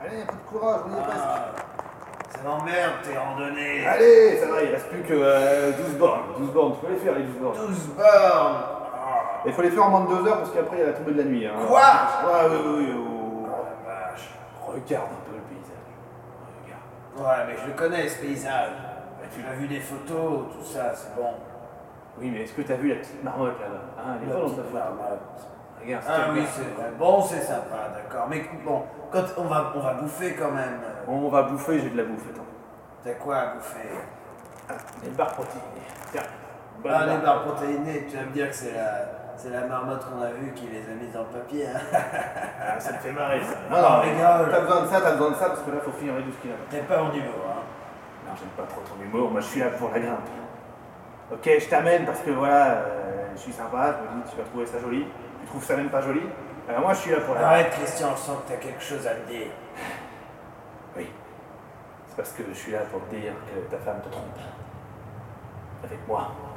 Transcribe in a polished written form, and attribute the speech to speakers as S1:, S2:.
S1: Allez, un peu de courage, on y est presque.
S2: Ça m'emmerde tes randonnées.
S1: Allez, ça va, il reste plus que 12 bornes. 12 bornes, tu peux les faire les 12 bornes.
S2: 12 bornes.
S1: Il faut les faire en moins de 2 heures parce qu'après il y a la tombée de la nuit. Hein.
S2: Quoi?
S1: Ouais, oui.
S2: Oh la vache.
S1: Regarde un peu le paysage. Regarde.
S2: Ouais, mais je le connais ce paysage. Bah, tu l'as vu des photos, tout ça, c'est bon.
S1: Oui, mais est-ce que t'as vu la petite marmotte là-bas? Hein, elle est pas dans ta photo. Regarde,
S2: Ah oui, c'est vrai. Bon, c'est sympa, d'accord. Mais bon, quand on va bouffer quand même.
S1: On va bouffer, j'ai de la bouffe, attends.
S2: T'as quoi à bouffer?
S1: Des barres protéinées. Tiens.
S2: Ah, les barres protéinées, tu vas me dire que c'est la marmotte qu'on a vue qui les a mises dans le papier. Hein.
S1: Ah, ça me fait marrer ça.
S2: Non, rigole.
S1: T'as besoin de ça parce que là faut finir les 12 km.
S2: T'es pas au niveau, hein.
S1: Non, j'aime pas trop ton humour, moi je suis là pour la grimpe. Ok, je t'amène parce que voilà, je suis sympa, je me dis tu vas trouver ça joli. Tu trouves ça même pas joli? Alors moi je suis là pour la grimpe.
S2: Arrête Christian, je sens que t'as quelque chose à me dire.
S1: Oui. C'est parce que je suis là pour te dire que ta femme te trompe. Avec moi.